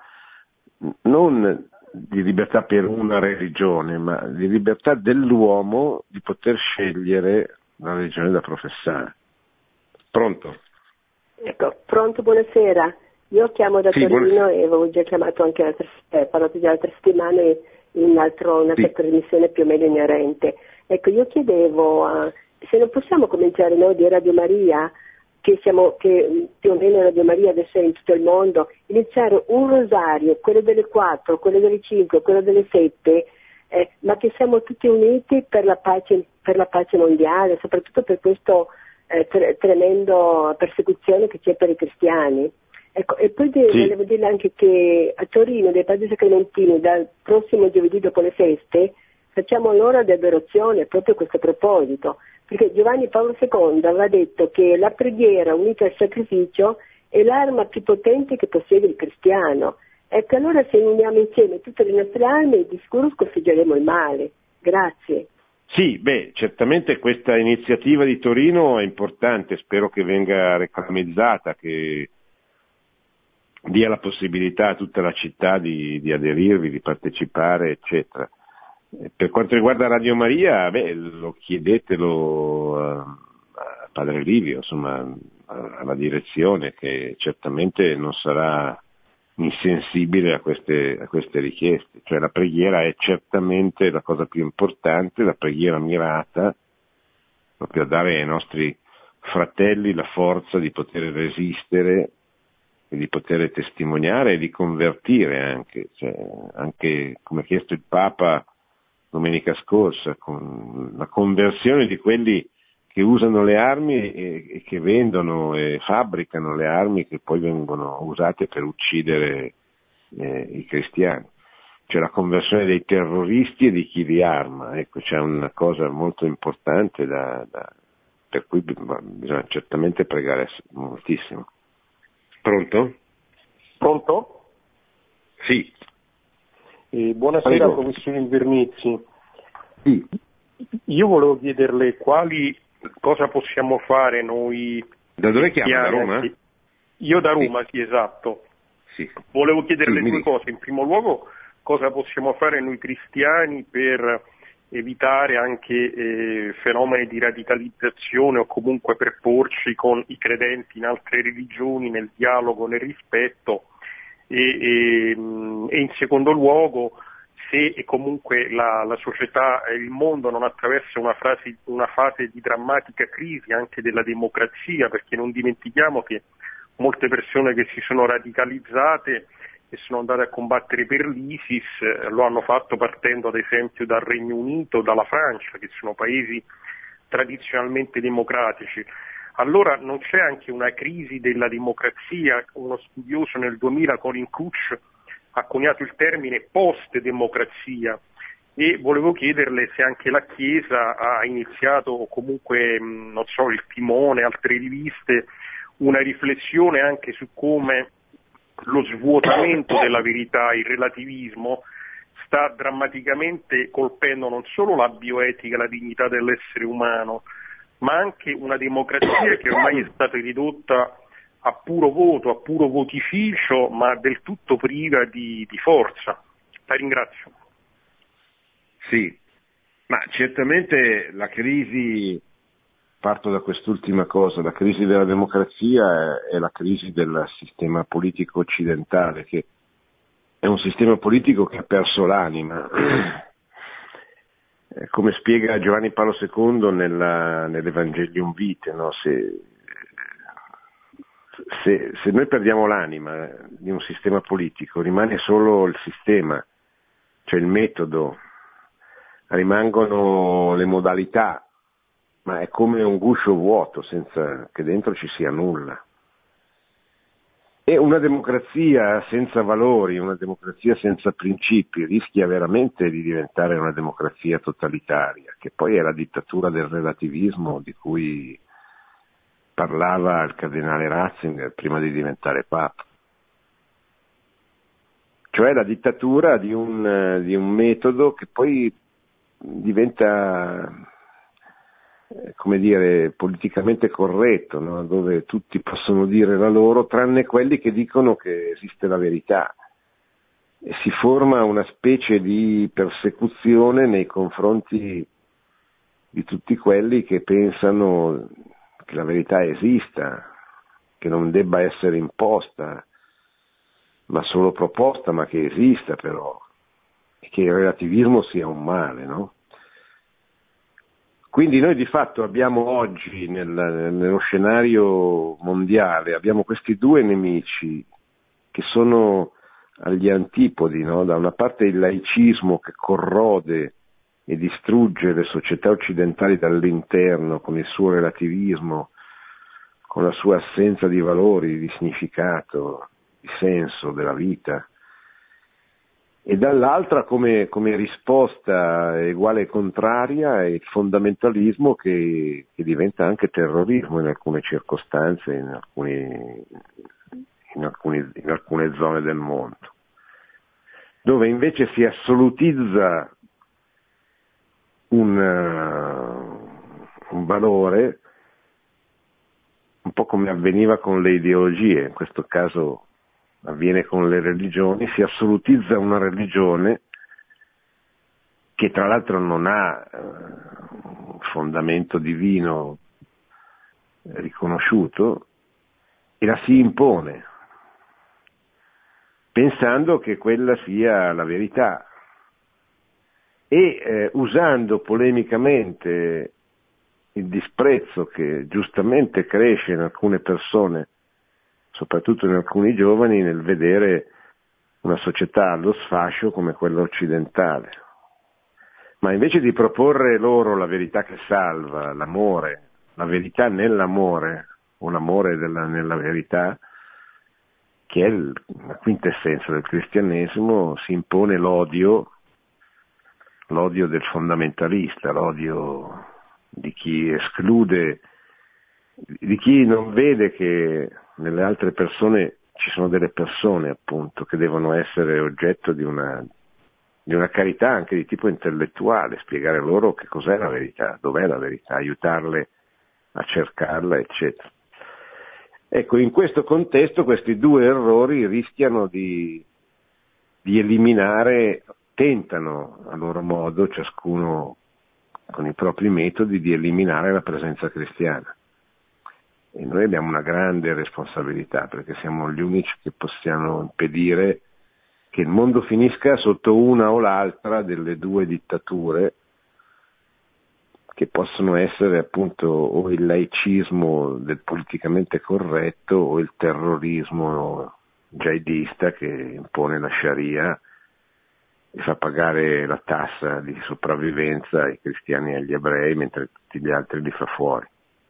non di libertà per una religione, ma di libertà dell'uomo di poter scegliere la religione da professare. Pronto? Ecco, pronto, buonasera. Io chiamo da Torino e avevo già chiamato anche parlato già altre settimane in un'altra trasmissione più o meno inerente. Ecco, io chiedevo se non possiamo cominciare noi di Radio Maria, che più o meno Radio Maria adesso è in tutto il mondo, iniziare un rosario, quello delle 4, quello delle 5, quello delle 7, ma che siamo tutti uniti per la pace mondiale, soprattutto per questo tremendo persecuzione che c'è per i cristiani. Ecco, e poi volevo dire anche che a Torino, dei Padri Sacramentini, dal prossimo giovedì dopo le feste, facciamo l'ora di adorazione proprio a questo proposito, perché Giovanni Paolo II aveva detto che la preghiera unita al sacrificio è l'arma più potente che possiede il cristiano. Ecco, allora se uniamo insieme tutte le nostre armi, di sicuro sconfiggeremo il male. Grazie. Sì, certamente questa iniziativa di Torino è importante, spero che venga reclamizzata, che dia la possibilità a tutta la città di aderirvi, di partecipare, eccetera. Per quanto riguarda Radio Maria, chiedetelo a Padre Livio, insomma, alla direzione, che certamente non sarà insensibile a queste richieste. Cioè la preghiera è certamente la cosa più importante, la preghiera mirata proprio a dare ai nostri fratelli la forza di poter resistere e di poter testimoniare e di convertire anche, anche come ha chiesto il Papa domenica scorsa, con la conversione di quelli che usano le armi e che vendono e fabbricano le armi che poi vengono usate per uccidere i cristiani. Cioè la conversione dei terroristi e di chi li arma. Ecco, c'è una cosa molto importante per cui bisogna certamente pregare moltissimo. Pronto? Pronto? Sì. Buonasera, Prego. professore Invernizzi. Sì. Io volevo chiederle cosa possiamo fare noi. Da dove chiama? Da Roma? Io da Roma, sì, esatto. Sì. Volevo chiederle due cose. In primo luogo, cosa possiamo fare noi cristiani per evitare anche fenomeni di radicalizzazione o comunque per porci con i credenti in altre religioni nel dialogo, nel rispetto e in secondo luogo se comunque la società e il mondo non attraversa una fase di drammatica crisi anche della democrazia, perché non dimentichiamo che molte persone che si sono radicalizzate e sono andate a combattere per l'ISIS lo hanno fatto partendo ad esempio dal Regno Unito, dalla Francia, che sono paesi tradizionalmente democratici. Allora non c'è anche una crisi della democrazia? Uno studioso nel 2000, Colin Kuch, ha coniato il termine post-democrazia e volevo chiederle se anche la Chiesa ha iniziato, o comunque il Timone, altre riviste, una riflessione anche su come lo svuotamento della verità, il relativismo, sta drammaticamente colpendo non solo la bioetica, la dignità dell'essere umano, ma anche una democrazia che ormai è stata ridotta a puro voto, a puro votificio, ma del tutto priva di forza. La ringrazio. Sì, ma certamente la crisi, parto da quest'ultima cosa, la crisi della democrazia è la crisi del sistema politico occidentale che è un sistema politico che ha perso l'anima. Come spiega Giovanni Paolo II nell'Evangelium Vitae, no? Se noi perdiamo l'anima di un sistema politico, rimane solo il sistema, cioè il metodo, rimangono le modalità, ma è come un guscio vuoto senza che dentro ci sia nulla. E una democrazia senza valori, una democrazia senza principi, rischia veramente di diventare una democrazia totalitaria, che poi è la dittatura del relativismo di cui parlava il cardinale Ratzinger prima di diventare Papa. Cioè la dittatura di un metodo che poi diventa, come dire, politicamente corretto, no? Dove tutti possono dire la loro, tranne quelli che dicono che esiste la verità. E si forma una specie di persecuzione nei confronti di tutti quelli che pensano che la verità esista, che non debba essere imposta, ma solo proposta, ma che esista però, e che il relativismo sia un male, no? Quindi noi di fatto abbiamo oggi nello scenario mondiale, abbiamo questi due nemici che sono agli antipodi, no? Da una parte il laicismo che corrode e distrugge le società occidentali dall'interno con il suo relativismo, con la sua assenza di valori, di significato, di senso della vita, e dall'altra come risposta uguale e contraria è il fondamentalismo che diventa anche terrorismo in alcune circostanze, in alcune zone del mondo, dove invece si assolutizza un valore, un po' come avveniva con le ideologie, in questo caso avviene con le religioni, si assolutizza una religione che tra l'altro non ha un fondamento divino riconosciuto e la si impone, pensando che quella sia la verità e usando polemicamente il disprezzo che giustamente cresce in alcune persone, soprattutto in alcuni giovani, nel vedere una società allo sfascio come quella occidentale. Ma invece di proporre loro la verità che salva, l'amore, la verità nell'amore, o l'amore nella verità, che è la quintessenza del cristianesimo, si impone l'odio del fondamentalista, l'odio di chi esclude, di chi non vede che nelle altre persone ci sono delle persone, appunto, che devono essere oggetto di una carità anche di tipo intellettuale, spiegare loro che cos'è la verità, dov'è la verità, aiutarle a cercarla, eccetera. Ecco, in questo contesto questi due errori rischiano di eliminare, tentano a loro modo, ciascuno con i propri metodi, di eliminare la presenza cristiana. E noi abbiamo una grande responsabilità, perché siamo gli unici che possiamo impedire che il mondo finisca sotto una o l'altra delle due dittature, che possono essere appunto o il laicismo del politicamente corretto o il terrorismo jihadista che impone la Sharia e fa pagare la tassa di sopravvivenza ai cristiani e agli ebrei, mentre tutti gli altri li fa fuori.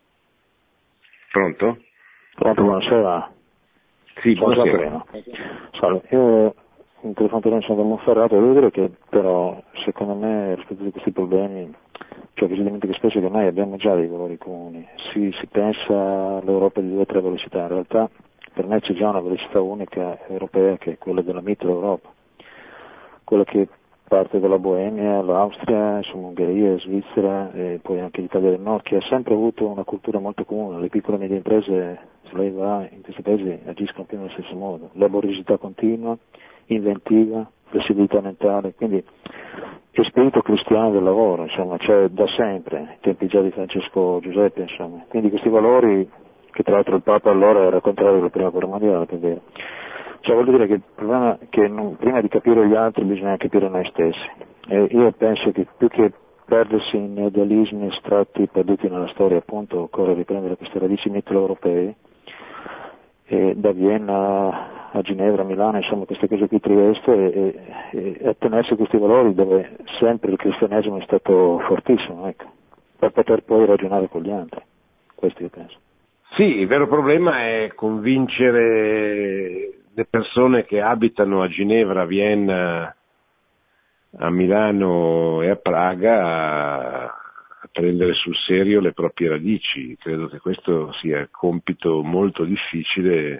Pronto? Pronto, buonasera. Sì, buonasera. Salve, io in telefono sono da Monferrato, devo dire che però secondo me rispetto a questi problemi, cioè che si dimentica spesso che noi abbiamo già dei valori comuni, si pensa all'Europa di 2 o 3 velocità, in realtà per me c'è già una velocità unica europea che è quella della Mitteleuropa, quella che parte dalla Boemia, l'Austria, insomma Ungheria, Svizzera e poi anche l'Italia del Nord, che ha sempre avuto una cultura molto comune. Le piccole e medie imprese, se lei va in questi paesi, agiscono più nello stesso modo, laboriosità continua, inventiva, flessibilità mentale, quindi il spirito cristiano del lavoro, insomma, c'è da sempre, ai tempi già di Francesco Giuseppe, insomma. Quindi questi valori, che tra l'altro il Papa allora era contrario alla prima guerra mondiale, per dire, Cioè voglio dire che il problema è che prima di capire gli altri bisogna capire noi stessi. E io penso che più che perdersi in idealismi astratti perduti nella storia, appunto, occorre riprendere queste radici mitteleuropee, e da Vienna a Ginevra, a Milano, insomma queste cose qui, Trieste, e attenersi a questi valori dove sempre il cristianesimo è stato fortissimo, ecco, per poter poi ragionare con gli altri. Questo io penso. Sì, il vero problema è convincere le persone che abitano a Ginevra, a Vienna, a Milano e a Praga a prendere sul serio le proprie radici. Credo che questo sia un compito molto difficile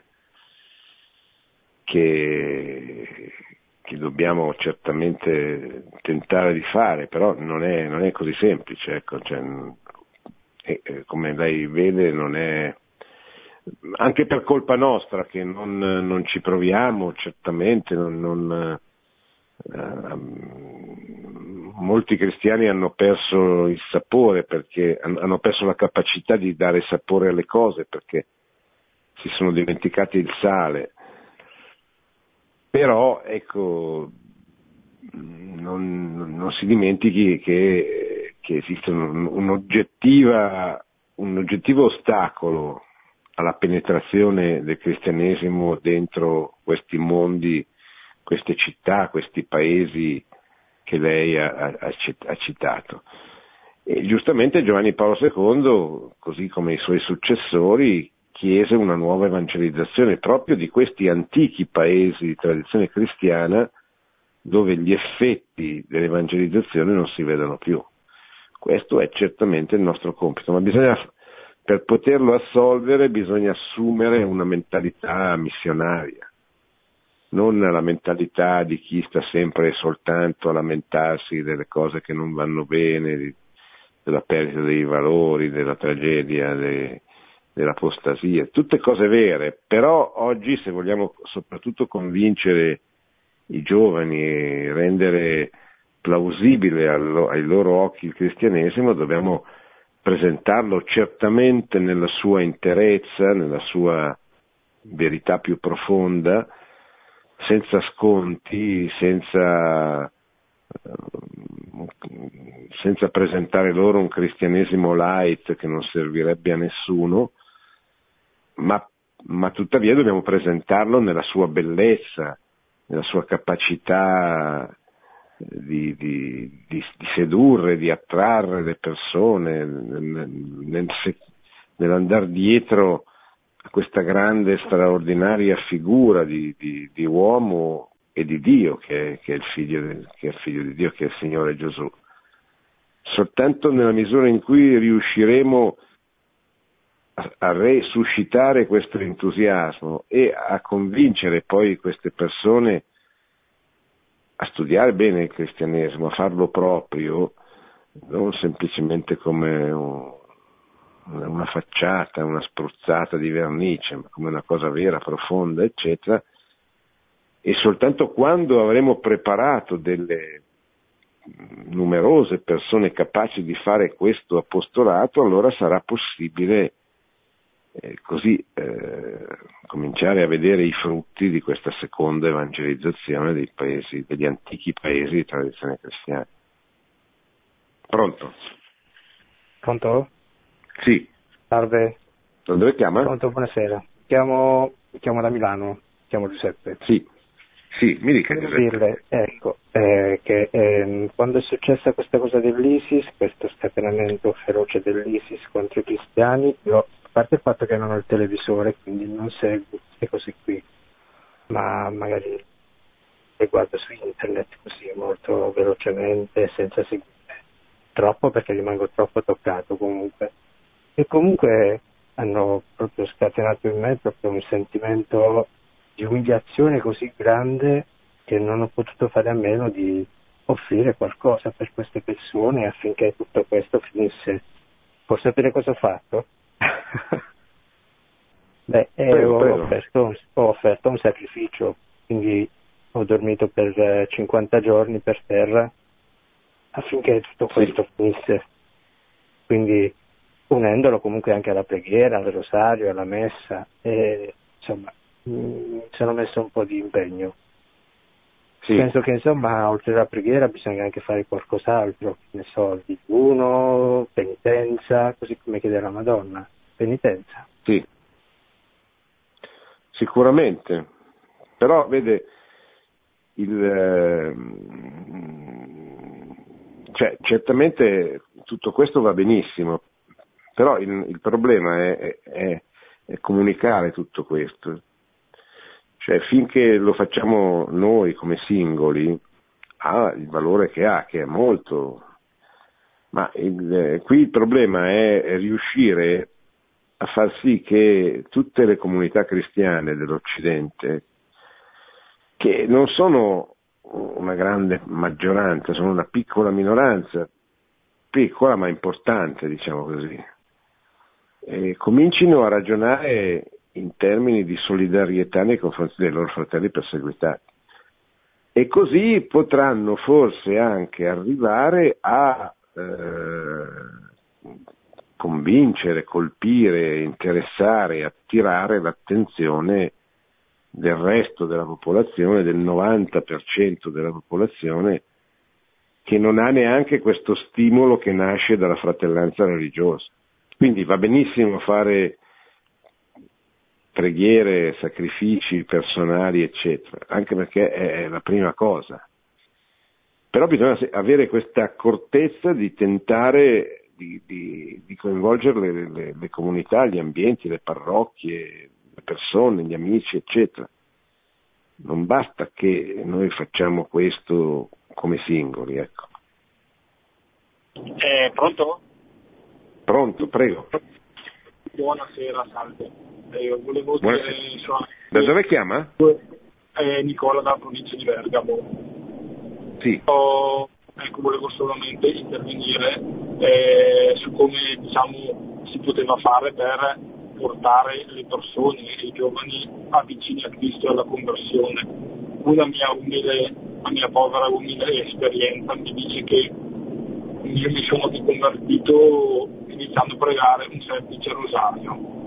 che dobbiamo certamente tentare di fare, però non è così semplice, ecco. Cioè, come lei vede, non è anche per colpa nostra che non ci proviamo, certamente molti cristiani hanno perso il sapore, perché hanno perso la capacità di dare sapore alle cose, perché si sono dimenticati il sale. Però ecco, non si dimentichi che esiste un oggettivo ostacolo alla penetrazione del cristianesimo dentro questi mondi, queste città, questi paesi che lei ha citato. E giustamente Giovanni Paolo II, così come i suoi successori, chiese una nuova evangelizzazione proprio di questi antichi paesi di tradizione cristiana dove gli effetti dell'evangelizzazione non si vedono più. Questo è certamente il nostro compito, ma per poterlo assolvere bisogna assumere una mentalità missionaria, non la mentalità di chi sta sempre e soltanto a lamentarsi delle cose che non vanno bene, della perdita dei valori, della tragedia, dell'apostasia, tutte cose vere. Però oggi, se vogliamo soprattutto convincere i giovani e rendere plausibile ai loro occhi il cristianesimo, dobbiamo presentarlo certamente nella sua interezza, nella sua verità più profonda, senza sconti, senza presentare loro un cristianesimo light che non servirebbe a nessuno, ma tuttavia dobbiamo presentarlo nella sua bellezza, nella sua capacità di sedurre, di attrarre le persone, nell'andare dietro a questa grande, straordinaria figura di uomo e di Dio, che è il figlio di Dio, che è il Signore Gesù. Soltanto nella misura in cui riusciremo a resuscitare questo entusiasmo e a convincere poi queste persone a studiare bene il cristianesimo, a farlo proprio, non semplicemente come una facciata, una spruzzata di vernice, ma come una cosa vera, profonda, eccetera, e soltanto quando avremo preparato delle numerose persone capaci di fare questo apostolato, allora sarà possibile cominciare a vedere i frutti di questa seconda evangelizzazione degli antichi paesi di tradizione cristiana. Pronto? Pronto? Sì. Salve. Da dove chiama? Pronto, buonasera. Chiamo da Milano, chiamo Giuseppe. Sì, mi dica. Devo dirle, ecco, che quando è successa questa cosa dell'ISIS, questo scatenamento feroce dell'ISIS contro i cristiani, io, a parte il fatto che non ho il televisore, quindi non seguo queste cose qui, ma magari le guardo su internet così molto velocemente, senza seguire troppo, perché rimango troppo toccato comunque. E comunque hanno proprio scatenato in me proprio un sentimento di umiliazione così grande che non ho potuto fare a meno di offrire qualcosa per queste persone affinché tutto questo finisse. Può sapere cosa ho fatto? Ho offerto un sacrificio, quindi ho dormito per 50 giorni per terra affinché tutto questo finisse, quindi unendolo comunque anche alla preghiera, al rosario, alla messa, e insomma sono messo un po' di impegno. Sì. Penso che insomma oltre alla preghiera bisogna anche fare qualcos'altro, ne so, digiuno, penitenza, così come chiede la Madonna, penitenza. Sì, sicuramente, però vede, cioè, certamente tutto questo va benissimo, però il problema è comunicare tutto questo. Cioè, finché lo facciamo noi come singoli, ha il valore che ha, che è molto. Ma qui il problema è riuscire a far sì che tutte le comunità cristiane dell'Occidente, che non sono una grande maggioranza, sono una piccola minoranza, piccola ma importante, diciamo così, comincino a ragionare in termini di solidarietà nei confronti dei loro fratelli perseguitati. E così potranno forse anche arrivare a convincere, colpire, interessare, attirare l'attenzione del resto della popolazione, del 90% della popolazione, che non ha neanche questo stimolo che nasce dalla fratellanza religiosa. Quindi va benissimo fare preghiere, sacrifici personali, eccetera, anche perché è la prima cosa. Però bisogna avere questa accortezza di tentare di coinvolgere le comunità, gli ambienti, le parrocchie, le persone, gli amici, eccetera. Non basta che noi facciamo questo come singoli, ecco. Pronto? Pronto, prego. Buonasera, salve. Volevo Buonasera. dire... Da dove chiama? Nicola, dalla provincia di Bergamo. Sì. Volevo solamente intervenire su come si poteva fare per portare le persone e i giovani avvicini a Cristo e alla conversione. La mia povera umile esperienza mi dice che io mi sono riconvertito iniziando a pregare un semplice rosario.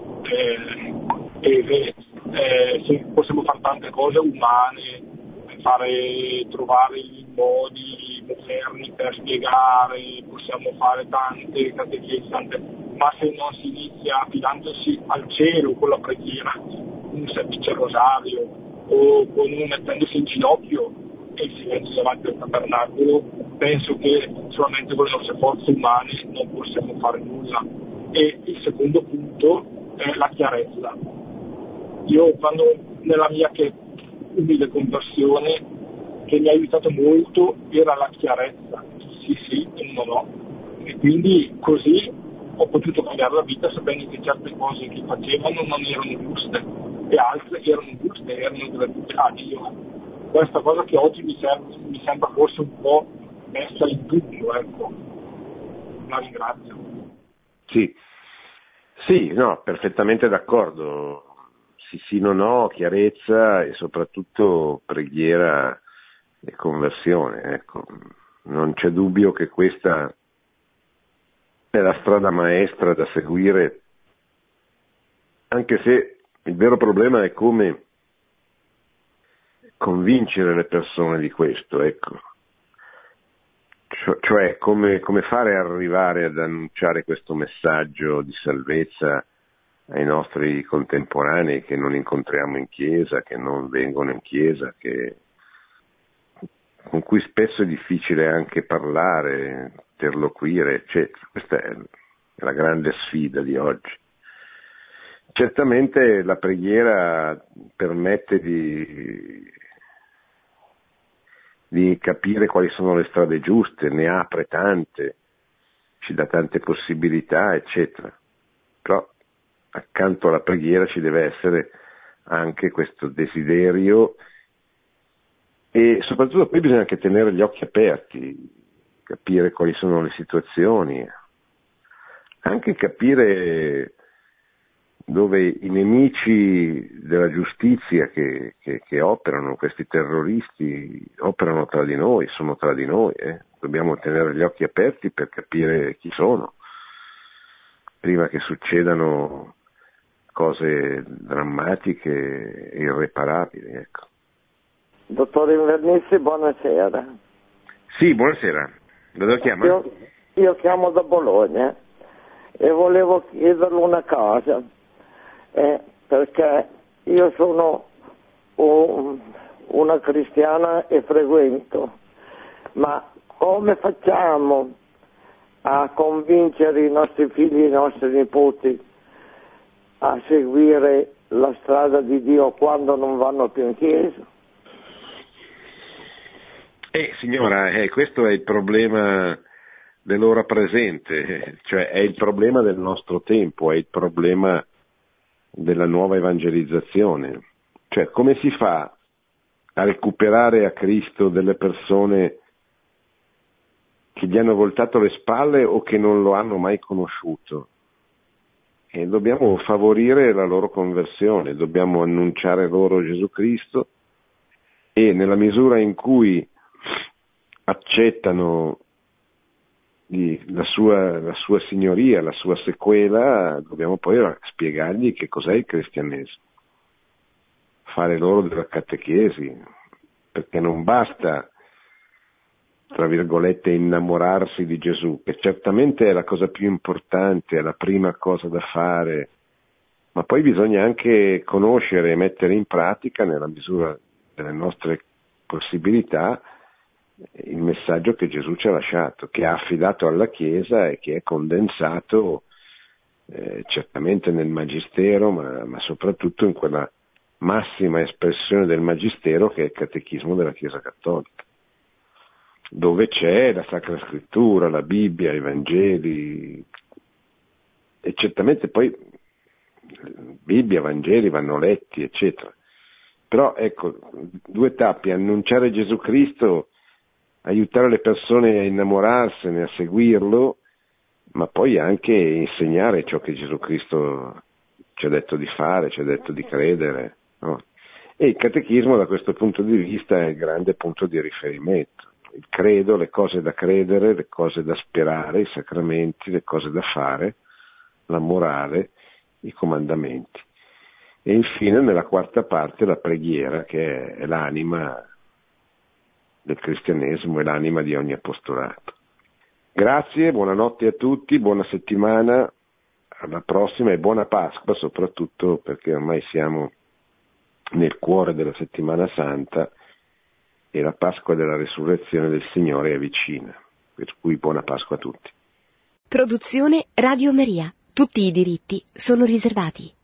Se possiamo fare tante cose umane, trovare i modi moderni per spiegare, possiamo fare tante catechesi, ma se non si inizia affidandosi al cielo con la preghiera, un semplice rosario, o mettendosi in ginocchio e in silenzio davanti al tabernacolo, penso che solamente con le nostre forze umane non possiamo fare nulla. E il secondo punto è la chiarezza. Io quando nella mia umile conversione, che mi ha aiutato molto, era la chiarezza, sì e no no, e quindi così ho potuto cambiare la vita sapendo che certe cose che facevano non erano giuste e altre erano giuste, erano gradite a Dio. Questa cosa che oggi mi sembra forse un po' messa in dubbio, ecco. La ringrazio. Sì, no, perfettamente d'accordo. Sì, no, chiarezza e soprattutto preghiera e conversione, ecco. Non c'è dubbio che questa è la strada maestra da seguire, anche se il vero problema è come convincere le persone di questo, ecco. Cioè come fare a arrivare ad annunciare questo messaggio di salvezza ai nostri contemporanei che non incontriamo in chiesa, che non vengono in chiesa, con cui spesso è difficile anche parlare, interloquire, eccetera. Questa è la grande sfida di oggi. Certamente la preghiera permette di capire quali sono le strade giuste, ne apre tante, ci dà tante possibilità, eccetera. Però accanto alla preghiera ci deve essere anche questo desiderio e soprattutto poi bisogna anche tenere gli occhi aperti, capire quali sono le situazioni, anche capire dove i nemici della giustizia che operano, questi terroristi, operano tra di noi, sono tra di noi. Dobbiamo tenere gli occhi aperti per capire chi sono, prima che succedano cose drammatiche e irreparabili, ecco. Dottore Invernissi, buonasera. Sì, buonasera. Da dove chiama? Io chiamo da Bologna e volevo chiederle una cosa, perché io sono una cristiana e frequento, ma come facciamo a convincere i nostri figli e i nostri nipoti a seguire la strada di Dio quando non vanno più in chiesa? Signora, questo è il problema dell'ora presente, cioè è il problema del nostro tempo, è il problema della nuova evangelizzazione. Cioè, come si fa a recuperare a Cristo delle persone che gli hanno voltato le spalle o che non lo hanno mai conosciuto? E dobbiamo favorire la loro conversione, dobbiamo annunciare loro Gesù Cristo, e nella misura in cui accettano la sua signoria, la sua sequela, dobbiamo poi spiegargli che cos'è il cristianesimo, fare loro della catechesi, perché non basta, tra virgolette, innamorarsi di Gesù, che certamente è la cosa più importante, è la prima cosa da fare, ma poi bisogna anche conoscere e mettere in pratica, nella misura delle nostre possibilità, il messaggio che Gesù ci ha lasciato, che ha affidato alla Chiesa e che è condensato certamente nel Magistero, ma soprattutto in quella massima espressione del Magistero che è il Catechismo della Chiesa Cattolica, dove c'è la Sacra Scrittura, la Bibbia, i Vangeli, e certamente poi Bibbia, Vangeli vanno letti, eccetera. Però ecco, due tappi: annunciare Gesù Cristo, aiutare le persone a innamorarsene, a seguirlo, ma poi anche insegnare ciò che Gesù Cristo ci ha detto di fare, ci ha detto di credere, no? E il catechismo da questo punto di vista è il grande punto di riferimento. Il credo, le cose da credere, le cose da sperare, i sacramenti, le cose da fare, la morale, i comandamenti. E infine nella quarta parte la preghiera, che è l'anima del cristianesimo e l'anima di ogni apostolato. Grazie, buonanotte a tutti, buona settimana, alla prossima e buona Pasqua, soprattutto perché ormai siamo nel cuore della settimana santa e la Pasqua della Resurrezione del Signore è vicina, per cui buona Pasqua a tutti. Produzione Radio Maria. Tutti i diritti sono riservati.